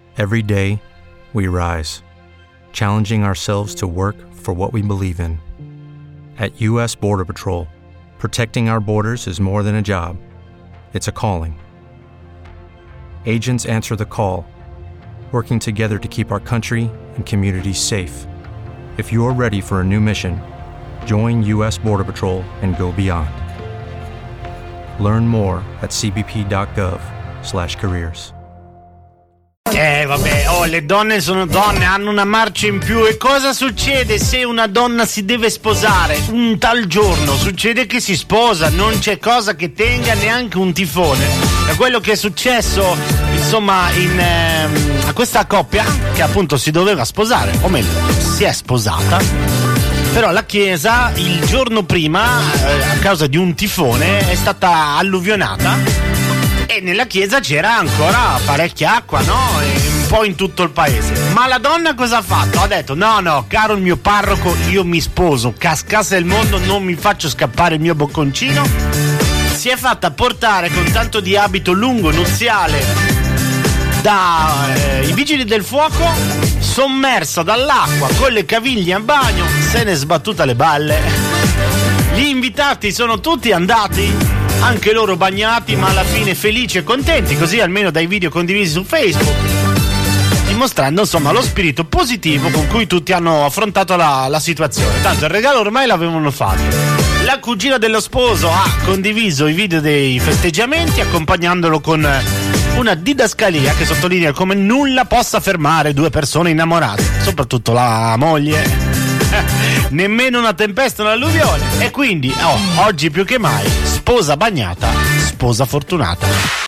Every day, we rise, challenging ourselves to work for what we believe in. At U.S. Border Patrol, protecting our borders is more than a job. It's a calling. Agents answer the call, working together to keep our country and communities safe. If you're ready for a new mission, join U.S. Border Patrol and go beyond. Learn more at cbp.gov/careers. Vabbè, le donne sono donne, hanno una marcia in più. E cosa succede se una donna si deve sposare? Un tal giorno succede che si sposa, non c'è cosa che tenga neanche un tifone. È quello che è successo, insomma, a questa coppia che appunto si doveva sposare, o meglio, si è sposata. Però la chiesa il giorno prima, a causa di un tifone, è stata alluvionata. E nella chiesa c'era ancora parecchia acqua, no? E un po' in tutto il paese. Ma la donna cosa ha fatto? Ha detto: no, caro il mio parroco, io mi sposo, cascasse il mondo, non mi faccio scappare il mio bocconcino. Si è fatta portare con tanto di abito lungo nuziale dai vigili del fuoco, sommersa dall'acqua con le caviglie a bagno, se n'è sbattuta le balle. Gli invitati sono tutti andati, anche loro bagnati, ma alla fine felici e contenti, così almeno dai video condivisi su Facebook, dimostrando insomma lo spirito positivo con cui tutti hanno affrontato la situazione. Tanto il regalo ormai l'avevano fatto. La cugina dello sposo ha condiviso i video dei festeggiamenti, accompagnandolo con una didascalia che sottolinea come nulla possa fermare due persone innamorate, soprattutto la moglie. Nemmeno una tempesta, un'alluvione. E quindi oggi più che mai, sposa bagnata, sposa fortunata.